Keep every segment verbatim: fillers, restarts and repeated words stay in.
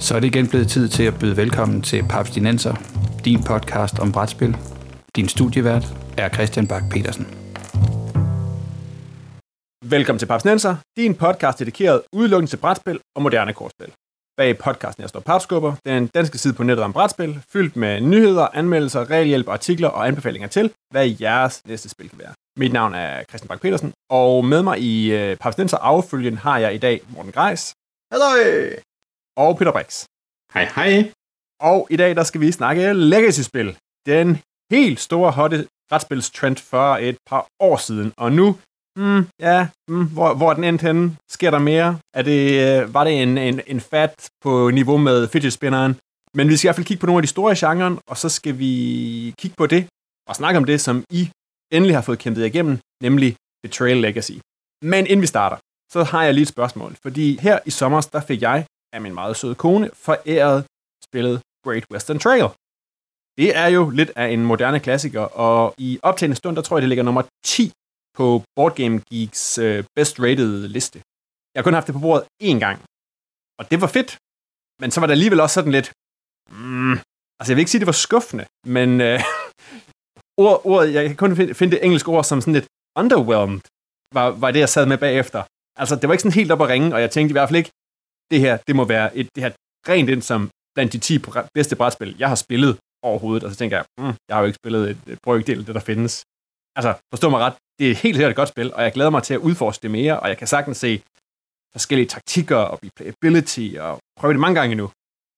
Så er det igen blevet tid til at byde velkommen til Papstinenser, din podcast om brætspil. Din studievært er Christian Bak petersen. Velkommen til Papstinenser, din podcast dedikeret udelukkende til brætspil og moderne kortspil. Bag podcasten jeg står Papskubber, den danske side på nettet om brætspil, fyldt med nyheder, anmeldelser, regelhjælp, artikler og anbefalinger til, hvad jeres næste spil kan være. Mit navn er Christian Bak petersen, og med mig i uh, Papstinenser affølgen har jeg i dag Morten Greis. Hallo! Og Peter Brix. Hej, hej. Og i dag der skal vi snakke Legacy-spil. Den helt store hotte brætspilstrend for et par år siden. Og nu, mm, ja, mm, hvor, hvor er den endte henne? Sker der mere? Er det, var det en, en, en fat på niveau med fidget spinneren? Men vi skal i hvert fald kigge på nogle af de store genren, og så skal vi kigge på det og snakke om det, som I endelig har fået kæmpet igennem, nemlig Betrayal Legacy. Men inden vi starter, så har jeg lige et spørgsmål. Fordi her i sommer, der fik jeg af min meget søde kone foræret spillet Great Western Trail. Det er jo lidt af en moderne klassiker, og i optagende stund, der tror jeg, det ligger nummer ti på Board Game Geeks uh, best rated liste. Jeg har kun haft det på bordet én gang, og det var fedt, men så var det alligevel også sådan lidt, mm, altså jeg vil ikke sige, det var skuffende, men uh, ord, ordet, jeg kan kun finde, finde det engelske ord som sådan lidt underwhelmed, var, var det, jeg sad med bagefter. Altså, det var ikke sådan helt op at ringe, og jeg tænkte i hvert fald ikke, det her, det må være et, det her rent ind som blandt de ti bedste brætspil, jeg har spillet overhovedet, og så tænker jeg, mm, jeg har jo ikke spillet et, et brøkdel af det, der findes. Altså, forstå mig ret, det er helt sikkert et godt spil, og jeg glæder mig til at udforske det mere, og jeg kan sagtens se forskellige taktikker og replayability, og prøve det mange gange endnu.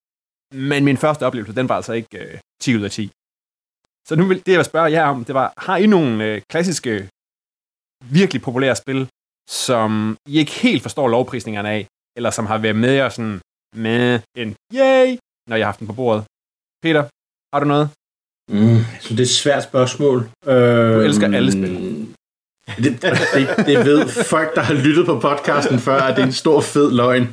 Men min første oplevelse, den var altså ikke øh, ti ud af ti. Så nu vil det, jeg vil spørge jer om, det var, har I nogle øh, klassiske, virkelig populære spil, som I ikke helt forstår lovprisningerne af, eller som har været med jer sådan med en yay, når jeg har haft den på bordet? Peter, har du noget? Mm, så det er et svært spørgsmål. Du elsker alle spil. Det, det, det ved folk, der har lyttet på podcasten før, at det er en stor fed løgn.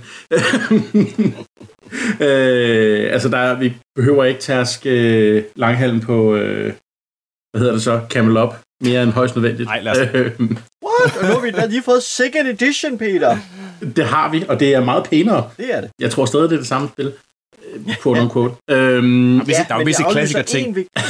øh, altså, der, vi behøver ikke tærske øh, langhalm på, øh, hvad hedder det så, Camel Up, mere end højst nødvendigt. Nej, lad os. What? Og nu har vi da lige fået second edition, Peter. Det har vi, og det er meget pænere. Det er det. Jeg tror stadig, det er det samme spil. Quote on quote. Øhm, ja, der er jo visse klassiker ting. Vigtig...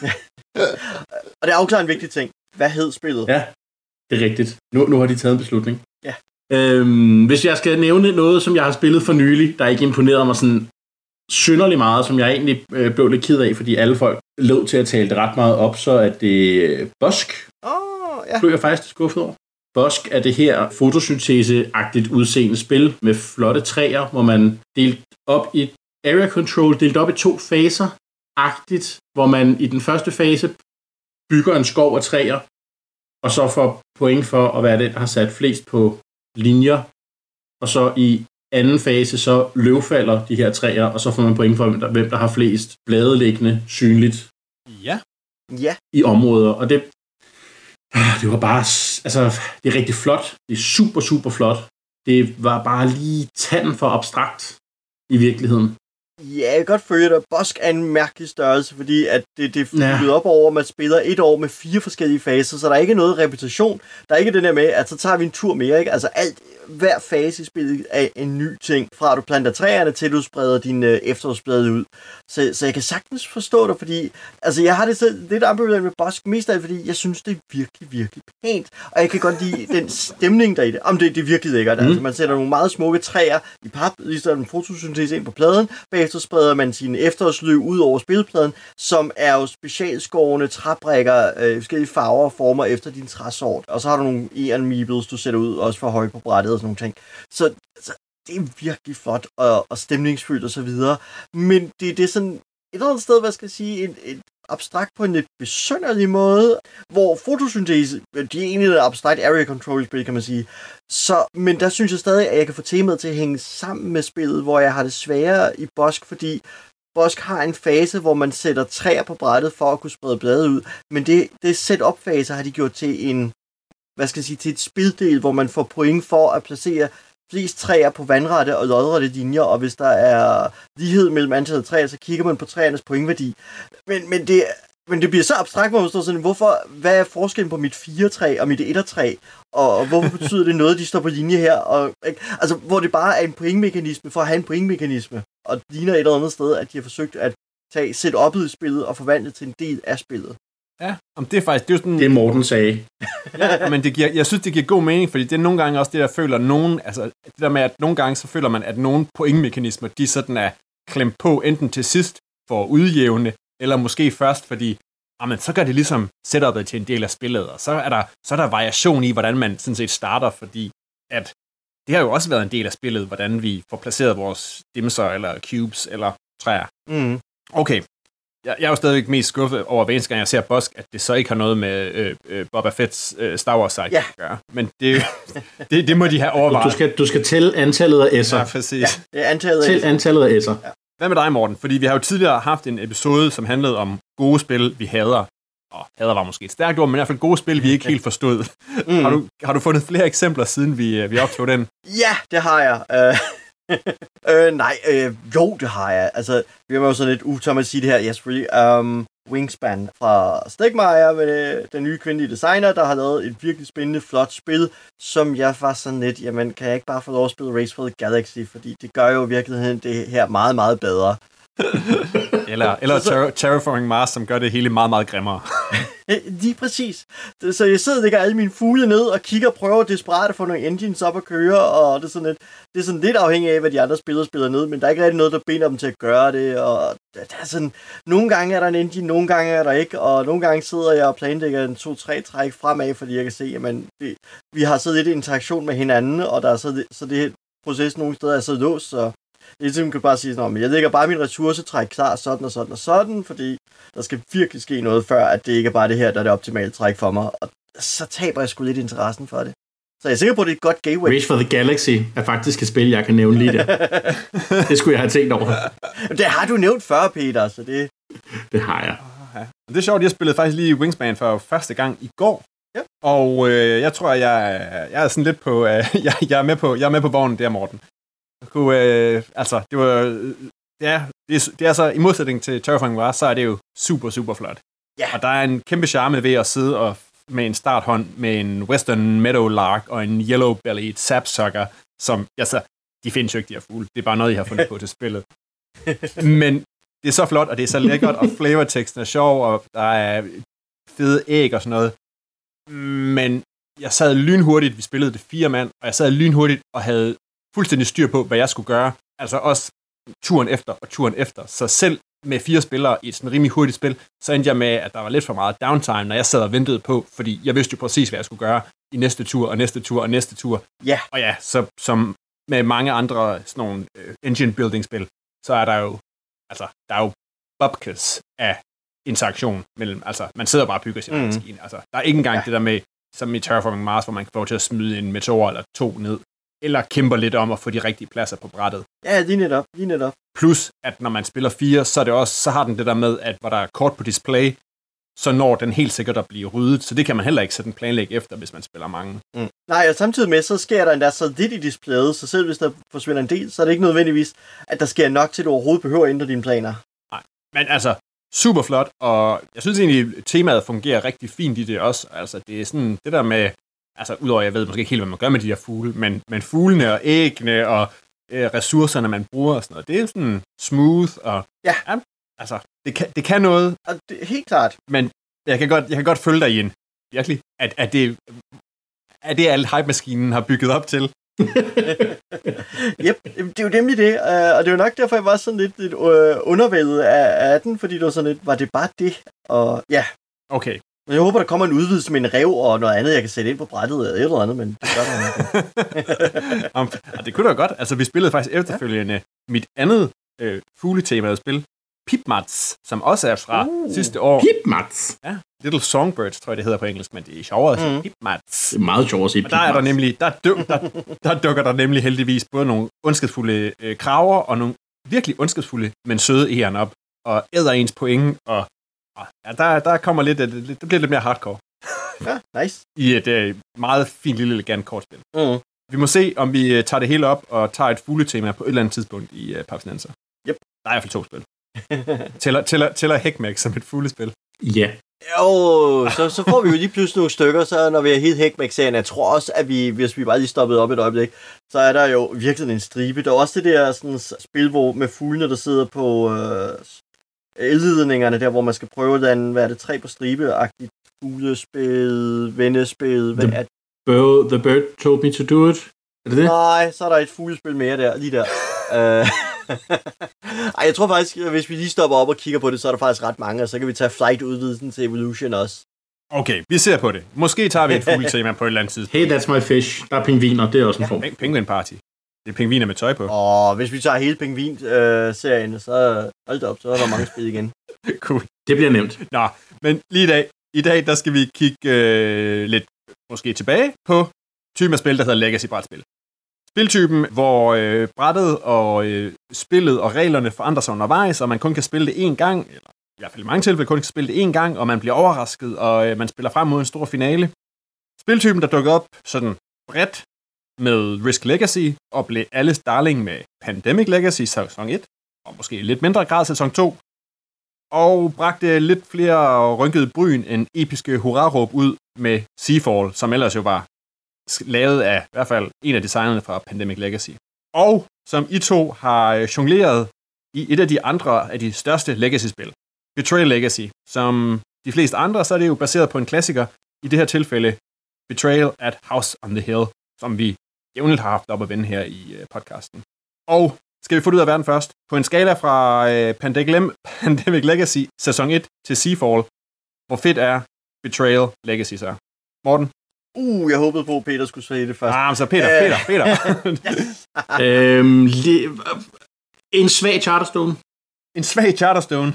og det er afklaret en vigtig ting. Hvad hed spillet? Ja, det er rigtigt. Nu, nu har de taget en beslutning. Ja. Øhm, hvis jeg skal nævne noget, som jeg har spillet for nylig, der ikke imponerede mig sådan synderligt meget, som jeg egentlig øh, blev lidt ked af, fordi alle folk lod til at tale det ret meget op, så er det øh, Busk. Åh, oh, ja. Blev jeg faktisk skuffet over. Busk er det her fotosyntese-agtigt udseende spil med flotte træer, hvor man delt op i area control, delt op i to faser-agtigt, hvor man i den første fase bygger en skov af træer, og så får point for at være den, der har sat flest på linjer, og så i anden fase, så løvfalder de her træer, og så får man point for, hvem der, hvem der har flest blade liggende synligt ja. Ja. i områder, og det det var bare, altså, det er rigtig flot, det er super, super flot, det var bare lige tanden for abstrakt i virkeligheden. Ja, jeg kan godt følge dig. Busk er en mærkelig størrelse, fordi at det, det er bygget ja. op over, at man spiller et år med fire forskellige faser, så der er ikke noget repetition. Der er ikke det der med, at så tager vi en tur mere, ikke? Altså alt, hver fase i spillet er en ny ting, fra at du planter træerne, til du spreder dine øh, efterårsblade ud. Så, så jeg kan sagtens forstå dig, fordi altså, jeg har det så lidt ambivalent med Busk, mest af fordi jeg synes, det er virkelig, virkelig pænt. Og jeg kan godt lide den stemning der i det. Om det, det er virkelig lækkert. Mm. Altså, man sætter nogle meget smukke træer i pap, lige så en fotosyntese ind på pladen, bagefter spreder man sine efterårsløv ud over spilpladen, som er jo specialskårende træbrækker, øh, forskellige farver og former efter din træsort. Og så har du nogle Eon Meeples, du sætter ud, også for højt på brættet og sådan nogle ting. Så, så det er virkelig flot og, og stemningsfyldt og så videre. Men det, det er sådan et eller andet sted, hvad skal jeg sige, et, et abstrakt på en lidt besynderlig måde, hvor fotosyntese, det er egentlig et abstrakt area control spil, kan man sige. Så, men der synes jeg stadig, at jeg kan få temaet til at hænge sammen med spillet, hvor jeg har det sværere i Busk, fordi Busk har en fase, hvor man sætter træer på brættet for at kunne sprede blade ud, men det, det setup-fase har de gjort til en, hvad skal jeg sige, til et spiddel, hvor man får point for at placere flest træer på vandrette og lodrette linjer, og hvis der er lighed mellem antallet træer, så kigger man på træernes pointværdi. Men, men, det, men det bliver så abstrakt, hvor man står sådan, hvorfor, hvad er forskellen på mit fire-træ og mit etter-træ, og, og hvorfor betyder det noget, de står på linje her? Og, altså, hvor det bare er en pointmekanisme for at have en pointmekanisme. og det ligner et eller andet sted, at de har forsøgt at tage setup'et i spillet og forvandle til en del af spillet. Ja, om det er faktisk... Det er, sådan, det Morten sagde. Ja, men det giver, jeg synes, det giver god mening, fordi det er nogle gange også det, der føler nogen... Altså, det der med, at nogle gange så føler man, at nogle pointmekanismer, de sådan er klemt på enten til sidst for at udjævne, eller måske først, fordi jamen, så gør det ligesom setup'et til en del af spillet, og så er der, så er der variation i, hvordan man sådan set starter, fordi at det har jo også været en del af spillet, hvordan vi får placeret vores dimser, eller cubes, eller træer. Mm. Okay. Jeg, jeg er jo stadigvæk mest skuffet over, hver eneste gang jeg ser Bosk, at det så ikke har noget med øh, øh, Boba Fett's øh, Star Wars site ja. at gøre. Men det, det, det må de have overvejet. Du skal, du skal tælle antallet af S'er. Ja, præcis. Ja, det er antallet af Tæl antallet af S'er. Ja. Hvad med dig, Morten? Fordi vi har jo tidligere haft en episode, som handlede om gode spil, vi hader. Og hader var måske et stærkt ord, men i hvert fald gode spil, vi ikke helt forstod. Mm. Har, du, har du fundet flere eksempler, siden vi, vi optog den? Ja, det har jeg. Uh... øh, nej, øh, jo, det har jeg. Altså, vi var jo sådan lidt utømme at sige det her. Yes, really. Um, Wingspan fra Stegmaier med øh, den nye kvindelige designer, der har lavet et virkelig spændende, flot spil, som jeg var sådan lidt, jamen, kan jeg ikke bare få lov at spille Race for the Galaxy, fordi det gør jo i virkeligheden det her meget, meget bedre. eller eller ter- Terraforming Mars, som gør det hele meget, meget grimmere. Lige præcis. Så jeg sidder og lægger alle mine fugle ned og kigger og prøver desperat at få nogle engines op at køre, og det er sådan lidt, det er sådan lidt afhængigt af, hvad de andre spillere spiller ned, men der er ikke rigtig noget, der binder dem til at gøre det, og der er sådan, nogle gange er der en engine, nogle gange er der ikke, og nogle gange sidder jeg og planlægger en to-tre træk fremad, fordi jeg kan se, at det, vi har så lidt interaktion med hinanden, og der er så det, så det proces nogle steder er så låst, så det er simpelthen kan bare sige, at jeg lægger bare min ressourcetræk klar, sådan og sådan og sådan, fordi der skal virkelig ske noget, før at det ikke er bare det her, der er det optimale træk for mig. Og så taber jeg sgu lidt interessen for det. Så jeg er sikker på, at det er et godt gateway. Race for the Galaxy er faktisk et spil, jeg kan nævne lige der. Det skulle jeg have tænkt over. Det har du nævnt før, Peter, så det... Det har jeg. Ja. Det er sjovt, jeg spillede faktisk lige Wingspan for første gang i går. Ja. Og øh, jeg tror, jeg, jeg er sådan lidt på... Øh, jeg, jeg, er med på jeg er med på vognen der, Morten. Kunne, øh, altså, det var... Ja, det er, det er så, i modsætning til Terraforming Mars, så er det jo super, super flot. Ja. Og der er en kæmpe charme ved at sidde og med en starthånd med en Western Meadowlark og en Yellow-bellied sapsucker, som, altså, de findes jo ikke, de her fugle. Det er bare noget, I har fundet på til spillet. Men det er så flot, og det er så lækkert, og flavorteksten er sjov, og der er fede æg og sådan noget. Men jeg sad lynhurtigt, vi spillede det fire mand, og jeg sad lynhurtigt og havde fuldstændig styr på, hvad jeg skulle gøre. Altså også turen efter og turen efter. Så selv med fire spillere i et sådan rimelig hurtigt spil, så endte jeg med, at der var lidt for meget downtime, når jeg sad og ventede på, fordi jeg vidste jo præcis, hvad jeg skulle gøre i næste tur, og næste tur, og næste tur. Ja. Og ja, så som med mange andre sådan nogle uh, engine building spil, så er der jo, altså, der er jo bubkes af interaktion mellem, altså, man sidder bare og bygger sin mm. maskine. Altså, der er ikke engang ja. det der med, som i Terraforming Mars, hvor man kan få til at smide en meteor eller to ned, eller kæmper lidt om at få de rigtige pladser på brættet. Ja, lige netop, lige netop. Plus, at når man spiller fire, så er det også, så har den det der med, at hvor der er kort på display, så når den helt sikkert at blive ryddet. Så det kan man heller ikke sætte en planlæg efter, hvis man spiller mange. Mm. Nej, og samtidig med, så sker der endda så lidt i displayet, så selv hvis der forsvinder en del, så er det ikke nødvendigvis, at der sker nok til, at du overhovedet behøver at ændre dine planer. Nej, men altså, super flot, og jeg synes egentlig, temaet fungerer rigtig fint i det også. Altså, det er sådan, det der med, altså, udover jeg ved måske ikke helt, hvad man gør med de her fugle, men, men fuglene og æggene og øh, ressourcerne, man bruger og sådan noget, det er sådan smooth, og ja, ja altså, det kan, det kan noget. Og det er helt klart. Men jeg kan godt, jeg kan godt følge dig i en, virkelig, at, at det er det, alt hype-maskinen har bygget op til. Yep, det er jo nemlig det, og det er jo nok derfor, jeg var sådan lidt, lidt undervældet af, af den, fordi det var sådan lidt, var det bare det? Og ja. Okay. Men jeg håber, der kommer en udvidelse med en rev og noget andet, jeg kan sætte ind på brættet eller et eller andet, men det gør der ikke. um, det kunne da godt. Altså, vi spillede faktisk efterfølgende ja. mit andet øh, fugletemaet spil, Pipmats, som også er fra uh, sidste år. Pipmats? Ja, Little Songbirds, tror jeg, det hedder på engelsk, men det er sjovere at sige mm. Pipmats. Det er meget sjovere at sige Pipmats. Der er der nemlig, der, duk, der, der dukker der nemlig heldigvis både nogle ondskabsfulde øh, kraver og nogle virkelig ondskabsfulde, men søde egern op, og æder ens point, og ja, der, der kommer lidt, det bliver lidt mere hardcore. Ja, nice. I et uh, meget fint lille elegant kortspil. Mm. Vi må se, om vi uh, tager det hele op og tager et fugletema på et eller andet tidspunkt i uh, Papsnenser. Yep. Der er i hvert fald to spil. tæller, tæller, tæller Heckmech som et fuglespil? Ja. Jo, så, så får vi jo lige pludselig nogle stykker, så når vi er helt hæk med serien. Jeg tror også, at vi, hvis vi bare lige stoppede op et øjeblik, så er der jo virkelig en stribe. Der er også det der sådan, spil hvor, med fuglene, der sidder på øh, elledningerne, der hvor man skal prøve den, hvad er det, tre på stribe-agtigt fuglespil, vennespil, hvad the, er det? Bird, the Bird Told Me To Do It. Er det det? Nej, så er der et fuglespil mere der, lige der. uh, Ej, jeg tror faktisk, at hvis vi lige stopper op og kigger på det, så er der faktisk ret mange, og så kan vi tage Flight-udvidelsen til Evolution også. Okay, vi ser på det. Måske tager vi et fugletema på et eller andet tidspunkt. Hey, that's my fish. Der er pingviner, det er også en form. Ja, Penguin Party. Det er pingviner med tøj på. Og hvis vi tager hele Pingvin-serien, så hold da op, så er der mange spil igen. Cool. Det bliver nemt. Nå, men lige i dag, i dag der skal vi kigge øh, lidt måske tilbage på typen af spil, der hedder Legacy-brætspil. Spiltypen, hvor øh, brættet og øh, spillet og reglerne forandrer sig undervejs, og man kun kan spille det én gang, eller i hvert fald i mange tilfælde kun kan spille det én gang, og man bliver overrasket, og øh, man spiller frem mod en stor finale. Spiltypen, der dukker op sådan bredt med Risk Legacy, og blev alles darling med Pandemic Legacy sæson et, og måske i lidt mindre grad sæson to, og bragte lidt flere rynkede bryn end episke hurraråb ud med Seafall, som ellers jo var lavet af i hvert fald en af designerne fra Pandemic Legacy. Og som I to har jongleret i et af de andre af de største Legacy-spil, Betrayal Legacy. Som de fleste andre, så er det jo baseret på en klassiker, i det her tilfælde Betrayal at House on the Hill, som vi jævnligt har haft op at vende her i podcasten. Og skal vi få det ud af verden først? På en skala fra Pandemic Legacy sæson et til Seafall, hvor fedt er Betrayal Legacy så? Morten? Uh, jeg håbede på, at Peter skulle sige det først. Ah, så Peter, uh, Peter, Peter. øhm, li- en svag Charterstone. En svag Charterstone?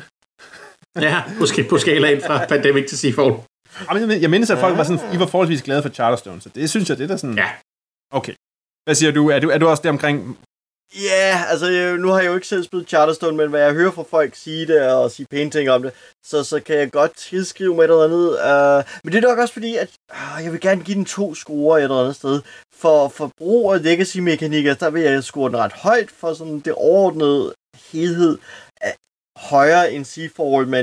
Ja, måske på skalaen fra Pandemic til Seafall. Jeg mindes, at folk var sådan, I var forholdsvis glade for Charterstone, så det synes jeg, det er sådan... Ja. Okay. Hvad siger du? Er du, er du også der omkring... Ja, yeah, altså nu har jeg jo ikke selv spillet Charterstone, men hvad jeg hører fra folk sige det og sige pæne ting om det, så, så kan jeg godt tilskrive mig et eller andet. Uh, men det er nok også fordi, at uh, jeg vil gerne give den to score et eller andet sted. For, for brug af legacy-mekanikker, der vil jeg score den ret højt, for sådan det overordnede helhed uh, højere end Seafall, men,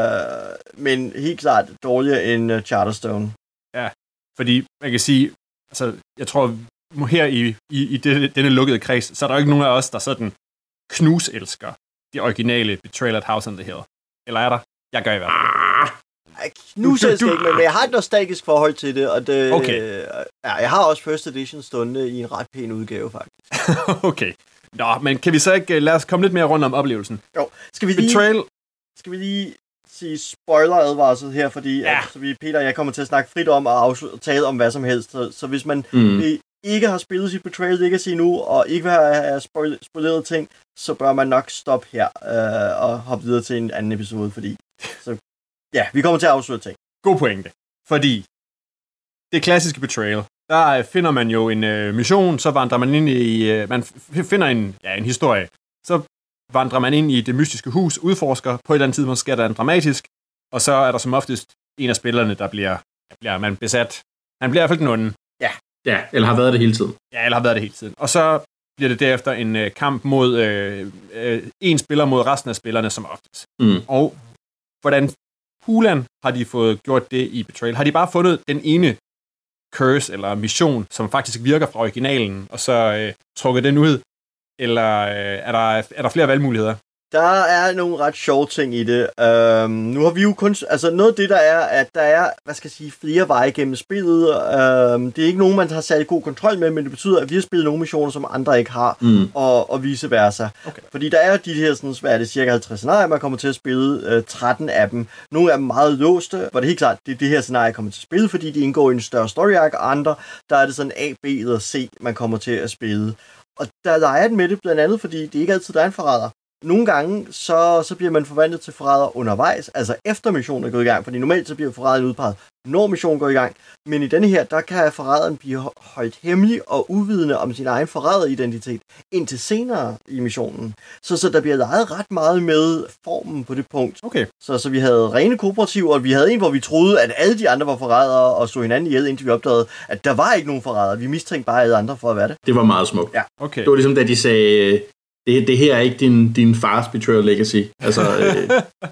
uh, men helt klart dårligere end uh, Charterstone. Ja, fordi man kan sige, altså jeg tror... her i, i, i det, denne lukkede kreds, så er der jo ikke nogen af os, der sådan knuselsker de originale Betrayal at House on the Hill. Eller er der? Jeg gør i hvert fald. Jeg knuselsker ikke, men jeg har et nostalgisk forhold til det, og det, okay. Ja, jeg har også First Edition stående i en ret pæn udgave, faktisk. Okay. Nå, men kan vi så ikke lade os komme lidt mere rundt om oplevelsen? Jo. Skal vi lige, Betrayal... skal vi lige sige spoiler-advarsel her, fordi ja. at, så vi, Peter og jeg kommer til at snakke frit om og afsl- tale om hvad som helst, så, så hvis man mm. vil ikke har spillet sit Betrayal Legacy nu, og ikke vil have spoileret ting, så bør man nok stoppe her øh, og hoppe videre til en anden episode, fordi så, ja, vi kommer til at afsløre ting. God pointe. Fordi det klassiske Betrayal, der finder man jo en øh, mission, så vandrer man ind i, øh, man finder en, ja, en historie, så vandrer man ind i det mystiske hus, udforsker, på et eller andet tidspunkt sker der en dramatisk, og så er der som oftest en af spillerne, der bliver, bliver man besat. Man bliver i hvert fald den onde. Ja. Ja, eller har været det hele tiden. Ja, eller har været det hele tiden. Og så bliver det derefter en øh, kamp mod øh, øh, en spiller mod resten af spillerne som oftest. Mm. Og hvordan hulan har de fået gjort det i Betrayal? Har de bare fundet den ene curse eller mission, som faktisk virker fra originalen, og så øh, trukket den ud? Eller øh, er, der, er der flere valgmuligheder? Der er nogle ret sjove ting i det. Øhm, nu har vi jo kun... Altså noget af det, der er, at der er, hvad skal jeg sige, flere veje gennem spillet. Øhm, det er ikke nogen, man har særlig god kontrol med, men det betyder, at vi har spillet nogle missioner, som andre ikke har, mm. og, og vice versa. Okay. Fordi der er de her, sådan, hvad er det, cirka halvtreds scenarier, man kommer til at spille øh, tretten af dem. Nogle af dem meget låste, hvor det er helt klart, det er det her scenarie, jeg kommer til at spille, fordi de indgår i en større story arc, og andre, der er det sådan A, B eller C, man kommer til at spille. Og der leger den med det blandt andet, fordi det ikke altid der er en forræder. Nogle gange, så, så bliver man forvandlet til forræder undervejs, altså efter missionen er gået i gang, fordi normalt så bliver forræderen udpeget, når missionen går i gang. Men i denne her, der kan forræderen blive holdt hemmelig og uvidende om sin egen forræderidentitet indtil senere i missionen. Så, så der bliver leget ret meget med formen på det punkt. Okay. Så, så vi havde rene kooperativer, og vi havde en, hvor vi troede, at alle de andre var forrædere og slog hinanden ihjel, indtil vi opdagede, at der var ikke nogen forrædere. Vi mistænkte bare alle andre for at være det. Det var meget smukt. Ja. Okay. Det var ligesom, da de sagde... Det, det her er ikke din, din fars Betrayal Legacy. Altså, øh...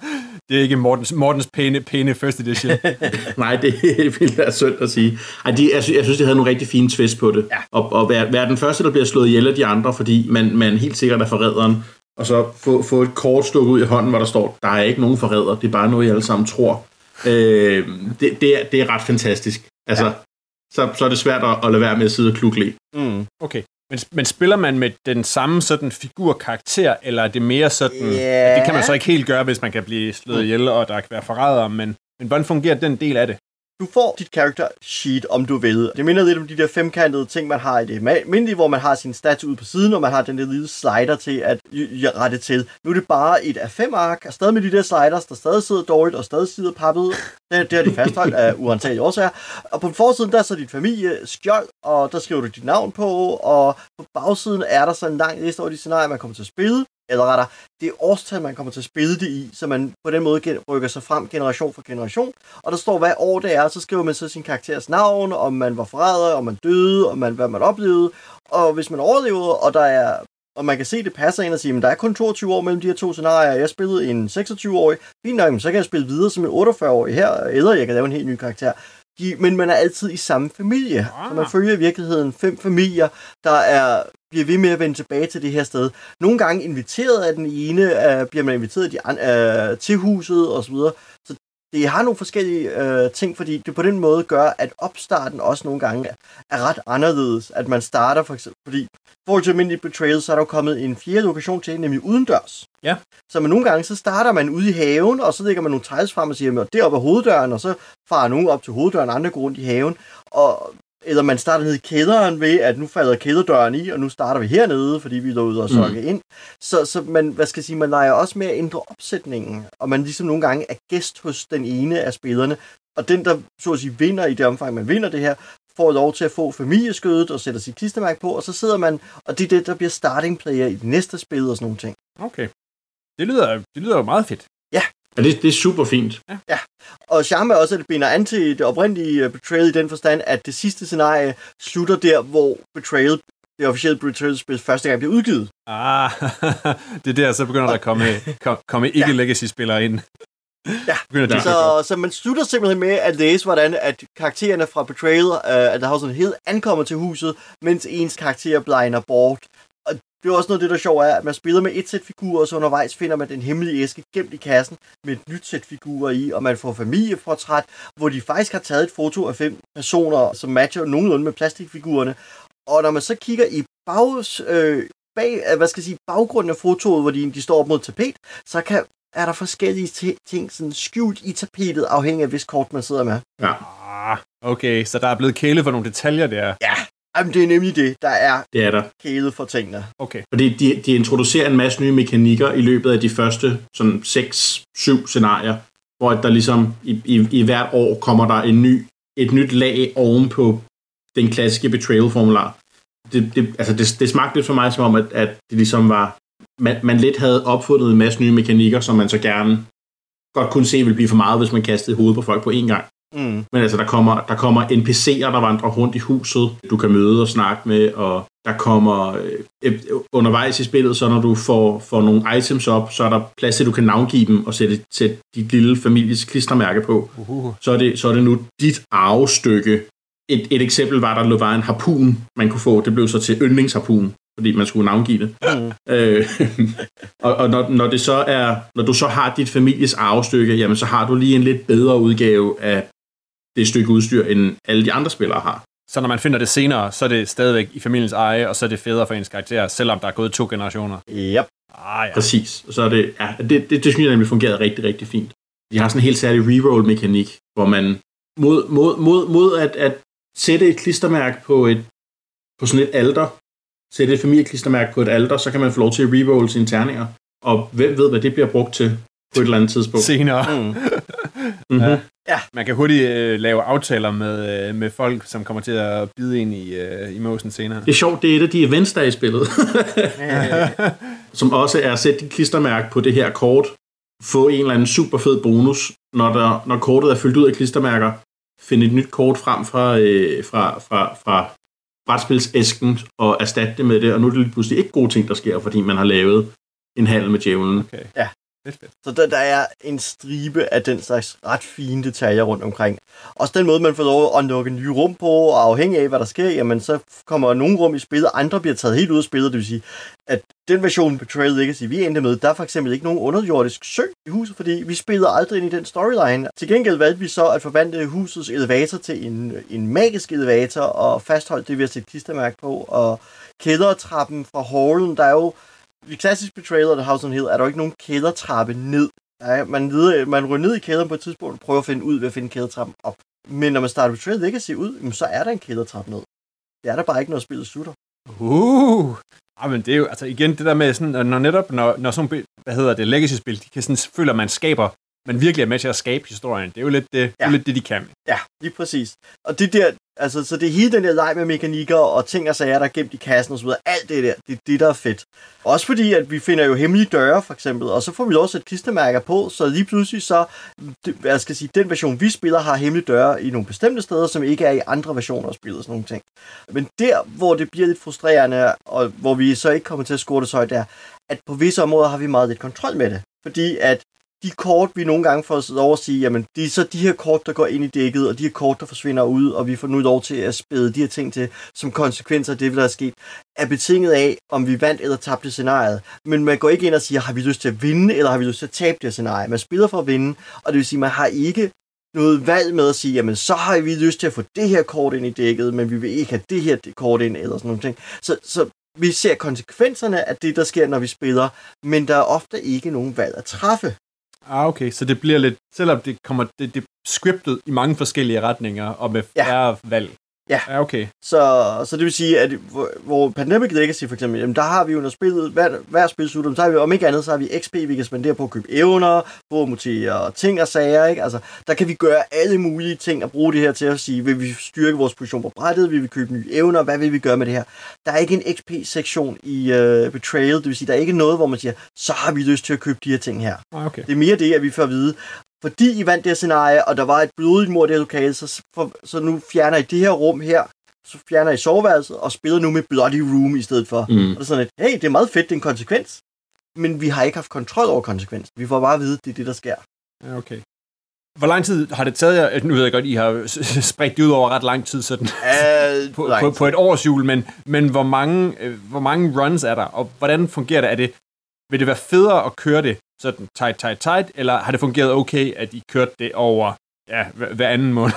det er ikke Mortens, Mortens pæne, pæne first edition. Nej, det ville være synd at sige. Ej, de, jeg, synes, jeg synes, de havde nogle rigtig fine twist på det. Ja. Og, og være, være den første, der bliver slået ihjel af de andre, fordi man, man helt sikkert er forræderen. Og så få, få et kort stukket ud i hånden, hvor der står, der er ikke nogen forræder, det er bare noget, I alle sammen tror. Øh, det, det, er, det er ret fantastisk. Altså, ja. så, så er det svært at, at lade være med at sidde og klukke. Mm, okay. Men, men spiller man med den samme sådan figur-karakter, eller er det mere sådan... Yeah. Det kan man så ikke helt gøre, hvis man kan blive slået ihjel, og der kan være forrædere, men, men hvordan fungerer den del af det? Du får dit character sheet, om du vil. Det minder lidt om de der femkantede ting, man har i det almindelige, hvor man har sin stats ud på siden, og man har den der lille slider til at rette til. Nu er det bare et af fem ark, og stadig med de der sliders, der stadig sidder dårligt, og stadig sidder pappet. Det, det har de fastholdt af uantagelige årsager. Og på forsiden, der er så dit familie skjold, og der skriver du dit navn på, og på bagsiden er der så en lang liste over de scenarier, man kommer til at spille. Eller rettere, det er årstal, man kommer til at spille det i, så man på den måde rykker sig frem generation for generation. Og der står, hvad år det er, og så skriver man så sin karakteres navn, om man var forræder, om man døde, om man, hvad man oplevede. Og hvis man overlevede, og der er, og man kan se, det passer ind og sige, men der er kun toogtyve år mellem de her to scenarier. Jeg spillede en seksogtyve-årig, fint nok, så kan jeg spille videre som en otteogfyrre-årig her, eller jeg kan lave en helt ny karakter. De, men man er altid i samme familie, ah. så man følger i virkeligheden fem familier, der er, bliver ved med at vende tilbage til det her sted. Nogle gange inviteret af den ene, uh, bliver man inviteret de an, uh, til huset osv. Så det har nogle forskellige uh, ting, fordi det på den måde gør, at opstarten også nogle gange er, er ret anderledes. At man starter for eksempel, fordi for til almindelige Betrayal, så er der jo kommet en fjerde lokation til, nemlig udendørs. Ja. Så man nogle gange, så starter man ude i haven, og så lægger man nogle tiles frem og siger, at deroppe er hoveddøren, og så farer nogen op til hoveddøren, og andre går rundt i haven. Og, eller man starter ned i kælderen ved, at nu falder kælderdøren i, og nu starter vi hernede, fordi vi er ude og sokke mm. ind. Så, så man, hvad skal jeg sige, man leger også med at ændre opsætningen, og man ligesom nogle gange er gæst hos den ene af spillerne. Og den, der så at sige vinder i det omfang, man vinder det her, får lov til at få familieskødet og sætter sit klistermærke på, og så sidder man, og det er det, der bliver starting player i det næste spil og sådan nogle ting. Okay. Det lyder, det lyder jo meget fedt. Ja. Ja, det, det er super fint. Ja. ja. Og charme er også, at det binder an til det oprindelige Betrayal i den forstand, at det sidste scenarie slutter der, hvor Betrayal, det officielle Betrayal-spil, første gang bliver udgivet. Ah, det er der, så begynder der at komme, kom, komme ikke-legacy-spillere ind. Ja, ja. Så, så man slutter simpelthen med at læse, hvordan at karaktererne fra Betrayal, uh, at der har sådan helt ankommer til huset, mens ens karakter blegner bort. Og det er også noget af det, der sjovt er, at man spiller med et sæt figurer, og så undervejs finder man den hemmelige æske gemt i kassen med et nyt sæt figurer i, og man får familieportræt, hvor de faktisk har taget et foto af fem personer, som matcher nogenlunde med plastikfigurerne. Og når man så kigger i bags, øh, bag, hvad skal jeg sige, baggrunden af fotoet, hvor de, de står op mod tapet, så kan er der forskellige t- ting sådan skjult i tapetet, afhængig af hvis kort man sidder med. Ja. Ah, okay, så der er blevet kælet for nogle detaljer der. Ja, jamen, det er nemlig det. Der er, det er der. kælet for tingene. Okay. Og de, de, de introducerer en masse nye mekanikker i løbet af de første sådan seks syv scenarier, hvor der ligesom i, i, i hvert år kommer der en ny, et nyt lag oven på den klassiske Betrayal-formular. Det, det, altså det, det smagte lidt for mig som om, at, at det ligesom var Man, man lidt havde opfundet en masse nye mekanikker, som man så gerne godt kunne se ville blive for meget, hvis man kastede hovedet på folk på én gang. Mm. Men altså, der kommer, der kommer N P C'er, der vandrer rundt i huset, du kan møde og snakke med, og der kommer øh, undervejs i spillet, så når du får, får nogle items op, så er der plads til, at du kan navngive dem og sætte, sætte dit lille families klistermærke på. Uh-huh. Så, er det, så er det nu dit arvestykke. Et, et eksempel var, der var en harpun, man kunne få. Det blev så til yndlingsharpun, fordi man skulle navngive det. Mm. Øh, og og når, når, det så er, når du så har dit families arvestykke, jamen så har du lige en lidt bedre udgave af det stykke udstyr, end alle de andre spillere har. Så når man finder det senere, så er det stadigvæk i familiens eje, og så er det fædre for ens karakter, selvom der er gået to generationer. Yep. Ah, ja. Præcis. Så er det, ja, det, det, det synes jeg nemlig fungerede rigtig, rigtig fint. De har sådan en helt særlig reroll-mekanik, hvor man mod, mod, mod, mod at, at sætte et klistermærke på, et, på sådan et alter, sætte et familieklistermærke på et alter, så kan man få lov til at reroll sine terninger. Og hvem ved, hvad det bliver brugt til på et eller andet tidspunkt. Senere. Mm. mm-hmm. Ja. Ja. Man kan hurtigt øh, lave aftaler med, øh, med folk, som kommer til at bide ind i, øh, i måsen senere. Det er sjovt, det er et af de events, der er i spillet. Som også er at sætte dit klistermærke på det her kort, få en eller anden super fed bonus, når, der, når kortet er fyldt ud af klistermærker, finde et nyt kort frem fra, øh, fra, fra, fra brætspilsæsken og erstatte det med det, og nu er det lige pludselig ikke gode ting, der sker, fordi man har lavet en handel med djævlen. Okay. Ja. Fedt, fedt. Så der, der er en stribe af den slags ret fine detaljer rundt omkring. Også den måde, man får lov at unlocke nye rum på, og afhængig af, hvad der sker, jamen så kommer nogle rum i spillet, andre bliver taget helt ud af spillet, det vil sige, at den version Betrayal Legacy, vi endte med, der er for eksempel ikke nogen underjordisk sø i huset, fordi vi spillede aldrig ind i den storyline. Til gengæld valgte vi så at forvandle husets elevator til en, en magisk elevator, og fastholde det ved at sætte klistermærke på, og kældertrappen fra hallen, der er jo i klassisk Betrayal of the House on Hill, er der jo ikke nogen kældertrappe ned. Ja, man, leder, man ryger ned i kælderen på et tidspunkt og prøver at finde ud ved at finde kældertrappen op. Men når man starter Betrayal Legacy ud, så er der en kældertrappe ned. Det er der bare ikke, når spillet slutter. Uh, ah, men det er jo, altså igen, det der med sådan, når netop, når, når sådan, hvad hedder det, legacy-spil, de kan sådan føle, at man skaber, man virkelig er med til at skabe historien. Det er jo lidt det, ja. det, er lidt det de kan. Ja, lige præcis. Og det der, altså, så det er hele den der leg med mekanikker og ting og sager, der er gemt i kassen og så videre. Alt det der, det er det, der er fedt. Også fordi, at vi finder jo hemmelige døre, for eksempel, og så får vi også et klistermærker på, så lige pludselig så, jeg skal sige, den version, vi spiller, har hemmelige døre i nogle bestemte steder, som ikke er i andre versioner af spillet og sådan nogle ting. Men der, hvor det bliver lidt frustrerende, og hvor vi så ikke kommer til at score det så højt, der, at på visse områder har vi meget lidt kontrol med det. Fordi at de kort, vi nogle gange får lov at sige, jamen, det er så de her kort, der går ind i dækket, og de her kort, der forsvinder ud, og vi får nu lov til at spæde de her ting til, som konsekvenser af det, der er sket, er betinget af, om vi vandt eller tabte scenariet. Men man går ikke ind og siger, har vi lyst til at vinde, eller har vi lyst til at tabe det scenarie. Man spiller for at vinde, og det vil sige, man har ikke noget valg med at sige, jamen, så har vi lyst til at få det her kort ind i dækket, men vi vil ikke have det her kort ind, eller sådan nogle ting. Så, så vi ser konsekvenserne af det, der sker, når vi spiller, men der er ofte ikke nogen valg at træffe. Ah, okay, så det bliver lidt, selvom det kommer, det, det er scriptet i mange forskellige retninger, og med færre ja. valg. Ja, ja okay. Så, så det vil sige, at hvor, hvor Pandemic Legacy for eksempel, jamen der har vi jo, når spillet, hver, hver spil slutter, så har vi, om ikke andet, så har vi X P, vi kan spendere på at købe evner, på at mutere ting og sager, ikke? Altså, der kan vi gøre alle mulige ting og bruge det her til at sige, vil vi styrke vores position på brættet, vil vi købe nye evner, hvad vil vi gøre med det her? Der er ikke en X P-sektion i uh, Betrayal, det vil sige, der er ikke noget, hvor man siger, så har vi lyst til at købe de her ting her. Okay. Det er mere det, at vi får at vide, fordi I vandt det her scenarie, og der var et blodigt mord i det lokale, så, for, så nu fjerner I det her rum her, så fjerner I soveværelset, og spiller nu med Bloody Room i stedet for. Mm. Og det er sådan et, hey, det er meget fedt, det er en konsekvens, men vi har ikke haft kontrol over konsekvensen. Vi får bare at vide, det er det, der sker. Ja, okay. Hvor lang tid har det taget jer? Nu ved jeg godt, I har spredt det ud over ret lang tid, sådan, uh, på, på, på et årshjul, men, men hvor, mange, hvor mange runs er der, og hvordan fungerer det? Er det vil det være federe at køre det sådan tight, tight, tight, eller har det fungeret okay, at I kørte det over ja, hver anden måned?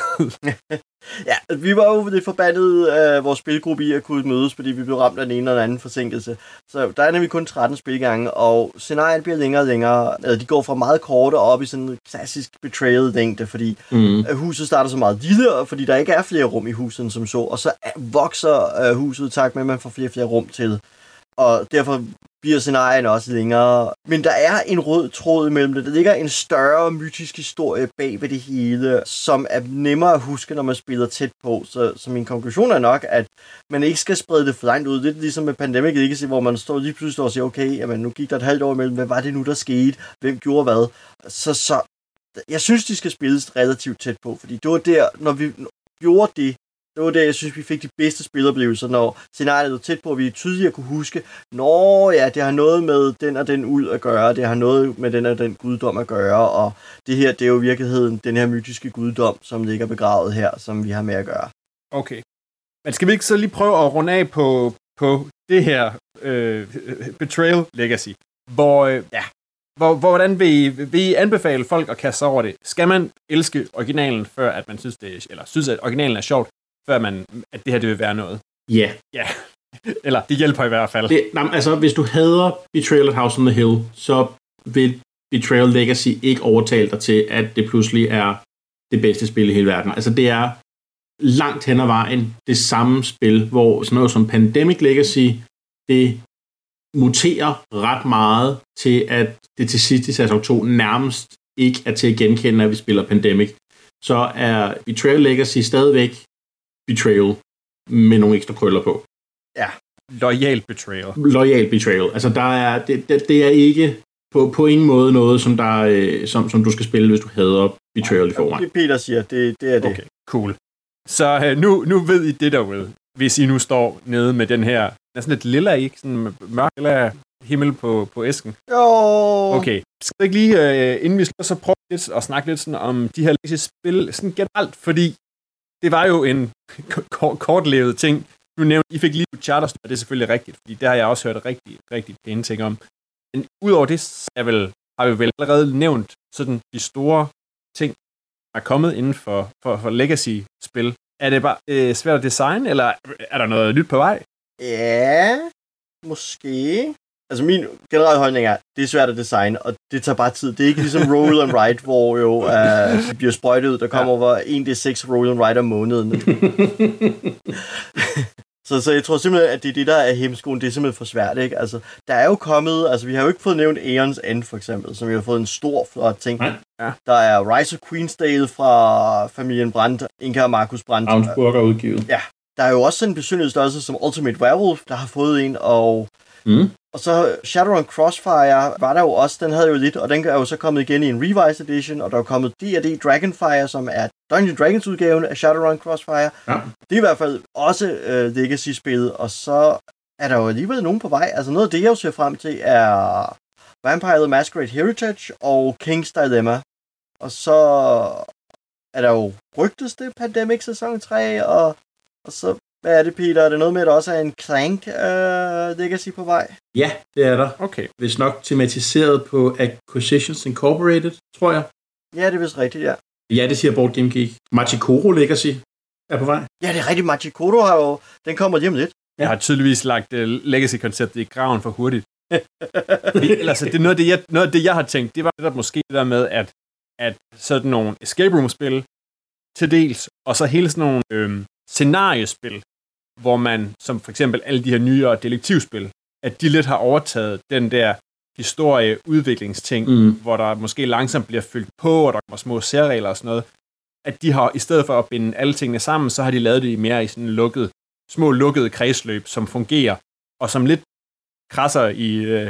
Ja, vi var jo lidt forbandet af vores spilgruppe i at kunne mødes, fordi vi blev ramt af den ene eller anden forsinkelse. Så der er nemlig kun tretten spilgange, og scenarien bliver længere og længere. Altså, de går fra meget korte op i sådan en klassisk Betrayal-længde, fordi mm. huset starter så meget lille, fordi der ikke er flere rum i huset som så, og så vokser huset tak med, at man får flere og flere rum til. Og derfor bliver scenarien også længere. Men der er en rød tråd imellem det. Der ligger en større mytisk historie bag ved det hele, som er nemmere at huske, når man spiller tæt på. Så, så min konklusion er nok, at man ikke skal sprede det for langt ud. Det er ligesom med Pandemic Legacy, hvor man står lige pludselig og siger, okay, jamen, nu gik der et halvt år imellem. Hvad var det nu, der skete? Hvem gjorde hvad? Så, så jeg synes, de skal spilles relativt tæt på, fordi det var der, når vi gjorde det, det var der, jeg synes, vi fik de bedste spiloplevelser, når scenariet var tæt på, at vi tydeligt kunne huske, nå ja, det har noget med den og den ud at gøre, det har noget med den og den guddom at gøre, og det her, det er jo i virkeligheden den her mytiske guddom, som ligger begravet her, som vi har med at gøre. Okay. Men skal vi ikke så lige prøve at runde af på, på det her øh, Betrayal Legacy, hvor, øh, ja, hvor, hvordan vil I, vil I anbefale folk at kaste sig over det? Skal man elske originalen, før at man synes, det er, eller synes, at originalen er sjovt, før man, at det her det vil være noget? Ja. Yeah. Ja. Eller det hjælper i hvert fald. Det, nej, altså, hvis du hader Betrayal at House on the Hill, så vil Betrayal Legacy ikke overtale dig til, at det pludselig er det bedste spil i hele verden. Altså, det er langt hen ad vejen det samme spil, hvor sådan noget som Pandemic Legacy, det muterer ret meget til, at det til sidst i sæson to nærmest ikke er til at genkende, at vi spiller Pandemic. Så er Betrayal Legacy stadigvæk Betrayal med nogle ekstra krøller på. Ja. Loyal Betrayal. Loyal Betrayal. Altså, der er, det, det, det er ikke på, på ingen måde noget, som, der, øh, som, som du skal spille, hvis du hader Betrayal i forvejen. Det Peter siger, det, det er det. Okay, cool. Så øh, nu, nu ved I det derude, hvis I nu står nede med den her, der er sådan lidt lilla, ikke? Sådan mørk lilla himmel på, på æsken? Jo. Okay. Skal vi ikke lige, øh, inden vi slår, så prøve lidt at snakke lidt sådan om de her Legacy-spil sådan generelt, fordi det var jo en kort, kortlevet ting. Nu nævnte, I fik lige Charterstone, og det er selvfølgelig rigtigt, fordi der har jeg også hørt rigtig, rigtig pæne ting om. Men udover det, så er vel, har vi vel allerede nævnt sådan de store ting, der er kommet inden for, for, for Legacy-spil. Er det bare øh, svært at designe, eller er der noget nyt på vej? Ja, måske. Altså min generelle holdning er, det er svært at designe, og det tager bare tid. Det er ikke ligesom Roll and Write, hvor jo uh, de bliver sprøjtet ud. Der kommer ja. over en til seks Roll and Write om måneden. så, så jeg tror simpelthen, at det er det, der er hemskoen. Det er simpelthen for svært, ikke? Altså, der er jo kommet, altså vi har jo ikke fået nævnt Aeons End, for eksempel, som vi har fået en stor, flot ting. Ja. Der er Rise of Queensdale fra familien Brandt, Inka og Markus Brandt. Ravnsburg er udgivet. Ja. Der er jo også en besynderlig størrelse som Ultimate Werewolf, der har fået en, og... Mm. Og så Shadowrun Crossfire var der jo også, den havde jo lidt, og den er jo så kommet igen i en Revised Edition, og der er kommet D and D Dragonfire, som er Dungeons Dragons udgaven af Shadowrun Crossfire. Ja. Det er i hvert fald også uh, Legacy-spillet, og så er der jo alligevel nogen på vej. Altså noget af det, jeg jo ser frem til, er Vampire the Masquerade Heritage og King's Dilemma. Og så er der jo rygtes det Pandemic sæson tre, og, og så... Hvad er det, Peter? Er det noget med, at der også er en Clank uh, Legacy på vej? Ja, det er der. Okay. Hvis nok tematiseret på Acquisitions Incorporated, tror jeg. Ja, det er vist rigtigt, ja. Ja, det siger Board Game Geek. Machikoro Legacy er på vej. Ja, det er rigtigt. Machikoro har jo... Den kommer lige om lidt. Ja. Jeg har tydeligvis lagt uh, Legacy-konceptet i graven for hurtigt. Ellers, det er noget af det, jeg, noget af det, jeg har tænkt. Det var netop måske det der med, at, at sådan nogle escape room-spil til dels, og så hele sådan nogle øhm, scenariespil, hvor man, som for eksempel alle de her nyere detektivspil, at de lidt har overtaget den der historieudviklingsting, mm. hvor der måske langsomt bliver fyldt på, og der kommer små særregler og sådan noget, at de har, i stedet for at binde alle tingene sammen, så har de lavet det mere i sådan lukket, små lukkede kredsløb, som fungerer, og som lidt krasser i,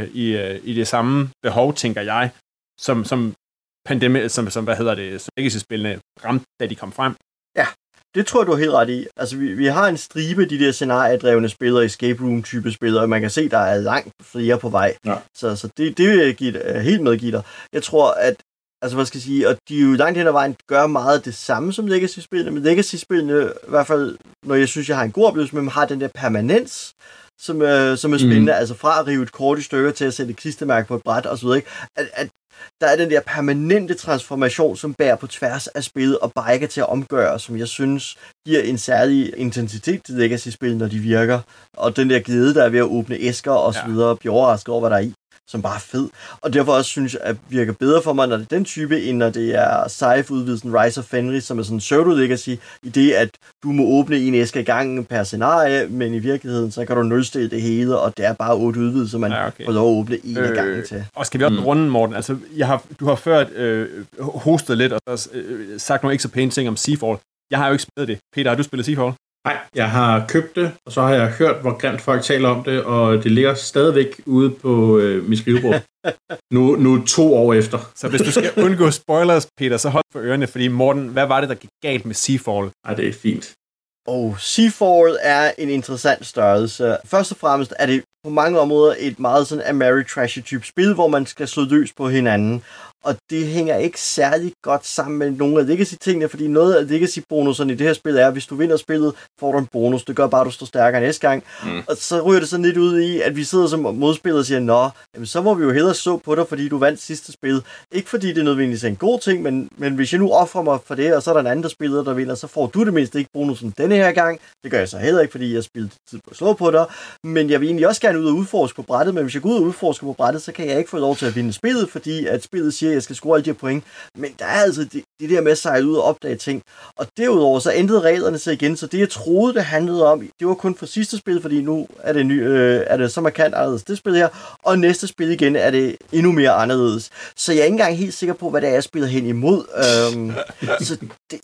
i, i det samme behov, tænker jeg, som, som pandemi, som, som hvad hedder det, som Legacy-spillene ramte, da de kom frem. Ja. Det tror jeg, du er helt ret i. Altså, vi, vi har en stribe af de der scenariedrevne spil og escape room-type spil, og man kan se, der er langt flere på vej. Ja. Så, så det, det vil jeg give, helt medgive dig. Jeg tror, at, altså hvad skal jeg sige, og de jo langt hen ad vejen gør meget det samme som Legacy-spillene, men Legacy-spillene, i hvert fald, når jeg synes, jeg har en god oplevelse med dem, har den der permanens, som, øh, som er spændende, mm. altså fra at rive et kort i stykker til at sætte et klistermærke på et bræt og så videre, ikke? At, at der er den der permanente transformation, som bærer på tværs af spillet og bare ikke er til at omgøre, som jeg synes giver en særlig intensitet til Legacy-spil, når de virker. Og den der glæde, der er ved at åbne æsker og så videre, og blive overrasket over, hvad der er i, som bare er fed. Og derfor også synes jeg, at virker bedre for mig, når det er den type, end når det er Scythe-udvidelsen Rise of Fenris, som er sådan en pseudo-legacy, i det, at du må åbne en æske i gangen per scenarie, men i virkeligheden, så kan du nulstille det hele, og det er bare otte udvidelser, man ja, okay. får lov at åbne en øh, af gangen til. Og skal vi også mm. runde, Morten? Altså, jeg har, du har før øh, hostet lidt, og så, øh, sagt nogle ikke så pæne ting om Seafall. Jeg har jo ikke spillet det. Peter, har du spillet Seafall? Nej, jeg har købt det, og så har jeg hørt, hvor grimt folk taler om det, og det ligger stadigvæk ude på øh, mit skrivebord. nu, nu to år efter. Så hvis du skal undgå spoilers, Peter, så hold for ørerne, fordi Morten, hvad var det, der gik galt med Seafall? Nej, det er fint. Og Seafall er en interessant størrelse. Først og fremmest er det på mange områder et meget sådan Ameritrashy-type spil, hvor man skal slå løs på hinanden. Og det hænger ikke særlig godt sammen med nogle af Legacy-tingene, fordi noget af Legacy-bonuserne i det her spil er, at hvis du vinder spillet, får du en bonus. Det gør bare, at du står stærkere næste gang. Mm. Og så ryger det sådan lidt ud i, at vi sidder som modspillere og siger, nå, jamen, så må vi jo hellere så på dig, fordi du vandt sidste spil. Ikke fordi det er nødvendigvis en god ting, men, men hvis jeg nu offrer mig for det, og så er der en anden, der spiller, der vinder, så får du det mindste ikke bonusen denne her gang. Det gør jeg så heller ikke, fordi jeg spillede tid på at slå på dig. Men jeg vil egentlig også gerne ud og udforske på brættet, men hvis jeg går ud og udforsker på brættet, så kan jeg ikke få lov til at vinde spillet, fordi at spillet siger, at jeg skal score alle de her point. Men der er altså det, det der med at sejle ud og opdage ting. Og derudover så ændrede reglerne sig igen, så det jeg troede, det handlede om, det var kun for sidste spil, fordi nu er det, ny, øh, er det så markant anderledes det spil her, og næste spil igen er det endnu mere anderledes. Så jeg er ikke engang helt sikker på, hvad det er, jeg spiller hen imod. Øhm, så det...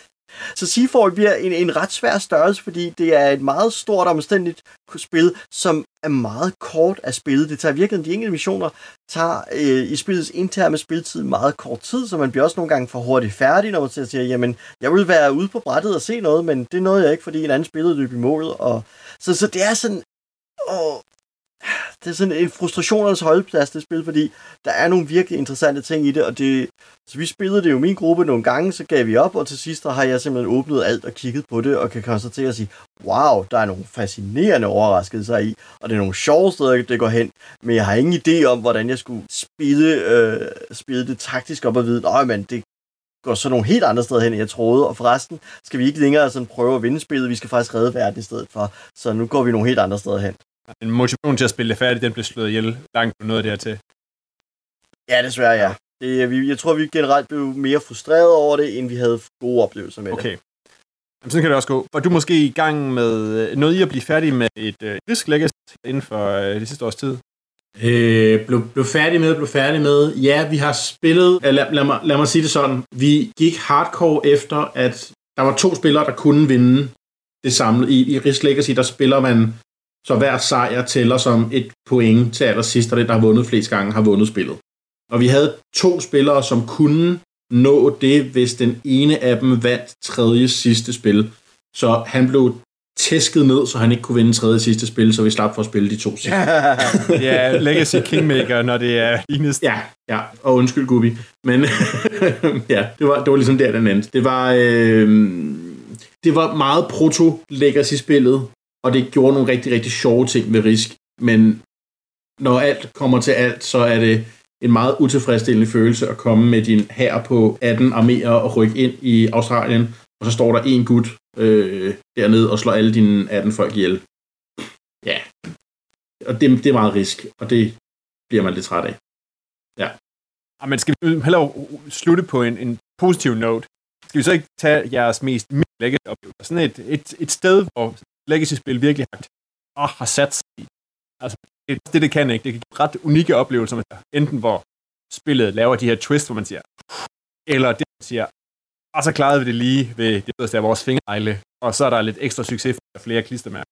Så Seafall bliver en, en ret svær størrelse, fordi det er et meget stort og omstændigt spil, som er meget kort at spille. Det tager virkelig, de enkelte missioner tager øh, i spillets interne spilletid meget kort tid, så man bliver også nogle gange for hurtigt færdig, når man siger, jamen, jeg vil være ude på brættet og se noget, men det nåede jeg ikke, fordi en anden spillede løb i målet. Og... Så, så det er sådan... Åh, det er sådan en frustrationernes holdeplads, det spil, fordi der er nogle virkelig interessante ting i det, og det, så vi spillede det jo i min gruppe nogle gange, så gav vi op, og til sidst har jeg simpelthen åbnet alt og kigget på det, og kan konstatere og sige, wow, der er nogle fascinerende overraskelser i, og det er nogle sjove steder, det går hen, men jeg har ingen idé om, hvordan jeg skulle spille, øh, spille det taktisk op og vide, nej, men det går så nogle helt andre steder hen, end jeg troede, og forresten skal vi ikke længere sådan prøve at vinde spillet, vi skal faktisk redde verden i stedet for, så nu går vi nogle helt andre steder hen. En motivation til at spille det færdigt, den blev slået ihjel langt på noget dertil. Ja, desværre, ja. Det, vi, jeg tror, vi generelt blev mere frustreret over det, end vi havde gode oplevelser med okay. det. Jamen, sådan kan det også gå. Var du måske i gang med noget i at blive færdig med et uh, Risk Legacy inden for uh, de sidste års tid? Øh, blev, blev færdig med, blev færdig med. Ja, vi har spillet, lad, lad, mig, lad mig sige det sådan, vi gik hardcore efter, at der var to spillere, der kunne vinde det samlede. I, i Risk Legacy, der spiller man, så hver sejr tæller som et point til allersidst, og det, der har vundet flest gange, har vundet spillet. Og vi havde to spillere, som kunne nå det, hvis den ene af dem vandt tredje sidste spil. Så han blev tæsket ned, så han ikke kunne vinde tredje sidste spil, så vi slap for at spille de to sidste. Ja, Legacy Kingmaker, når det er eneste. Ja, ja, og undskyld, Gubi. Men ja, det var, det var ligesom der, den endte. Det var, øh, det var meget proto-Legacy-spillet, og det gjorde nogle rigtig, rigtig sjove ting ved Risk. Men når alt kommer til alt, så er det en meget utilfredsstillende følelse at komme med din hær på atten arméer og rykke ind i Australien, og så står der en gut øh, dernede og slår alle dine atten folk ihjel. Ja. Og det, det er meget Risk, og det bliver man lidt træt af. Ja. Ja, men skal vi hellere slutte på en, en positiv note? Skal vi så ikke tage jeres mest Legacy-oplevelser? Sådan et, et, et sted, hvor Legacy-spil virkelig har, oh, har sat sig i. Altså, det, det, det kan ikke. Det kan give ret unikke oplevelser, man enten hvor spillet laver de her twists, hvor man siger, eller det, man siger, og så klarede vi det lige ved det der vores fingerejle, og så er der lidt ekstra succes for flere klistermærker.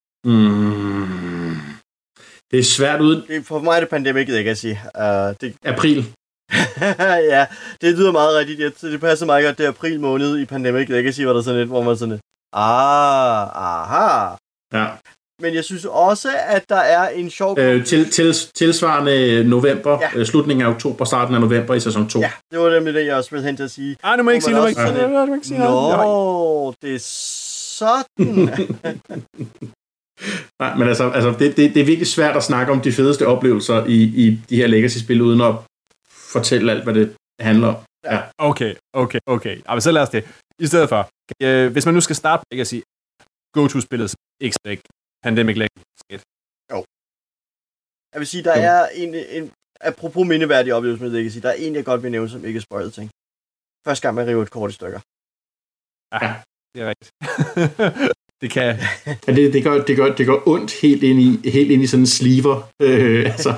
Mm. Det er svært uden. Det, for mig er det Pandemic Legacy. Uh, det... April. Ja, det lyder meget rigtigt. Det passer meget godt. Det er april måned i Pandemic Legacy, var der sådan lidt, hvor man sådan lidt, ah, aha. Ja. Men jeg synes også, at der er en sjov... Øh, til, til, tilsvarende november, ja. øh, slutningen af oktober, starten af november i sæson to. Ja, det var nemlig det, jeg også ville hen til at sige. Ah, nu må jeg ikke sige, nu må jeg ikke sige noget. Nå, det er sådan. Nej, men altså, altså det, det, det er virkelig svært at snakke om de fedeste oplevelser i, i de her Legacy-spil, uden at fortælle alt, hvad det handler om. Ja. Okay, okay, okay. Ja, men så lad os det. I stedet for, øh, hvis man nu skal starte med at sige, go-to-spillet, ikke Pandemic Legacy. Jo. Jeg vil sige, der jo. er en, en, apropos mindeværdig oplevelse med Legacy, der er en, jeg godt vil nævne, som ikke er spoilet ting. Første gang, man river et kort i stykker. Ja, det er rigtigt. Det kan... Ja, det, det, gør, det, gør, det gør ondt helt ind i, helt ind i sådan en sliver. Øh, altså.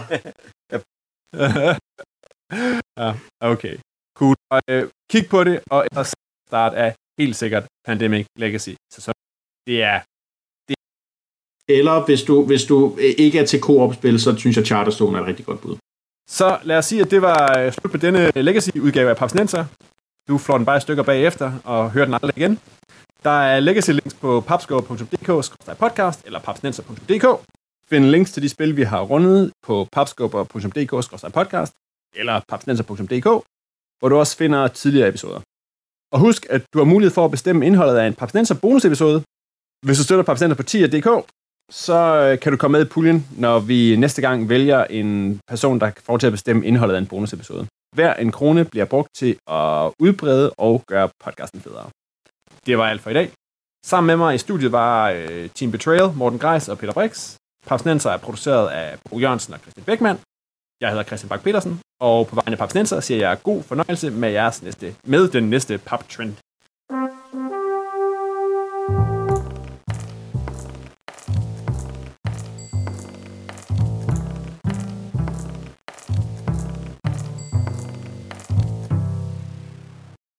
Ja, okay. Cool. Og, øh, kig på det, og ellers start af helt sikkert Pandemic Legacy. Så, så det er... Det... Eller hvis du, hvis du ikke er til co-op-spil, så synes jeg Charterstone er et rigtig godt bud. Så lad os sige, at det var slut på denne Legacy-udgave af Papsnenser. Du flår den bare et stykker bagefter og hører den aldrig igen. Der er Legacy-links på papscore punktum d k skråstreg podcast eller papsnenser punktum d k. Find links til de spil, vi har rundet på papscore punktum d k skråstreg podcast eller papsnenser punktum d k, hvor du også finder tidligere episoder. Og husk, at du har mulighed for at bestemme indholdet af en Papsnenser bonusepisode. Hvis du støtter Papsnenser på tier punktum d k, så kan du komme med i puljen, når vi næste gang vælger en person, der får til at bestemme indholdet af en bonusepisode. Hver en krone bliver brugt til at udbrede og gøre podcasten federe. Det var alt for i dag. Sammen med mig i studiet var øh, Team Betrayal, Morten Greis og Peter Brix. Papsnenser er produceret af Bo Jørgensen og Christian Beckmann. Jeg hedder Christian Bak Petersen, og på vegne af Papsnenser siger jeg god fornøjelse med jeres næste, med den næste Pap Trend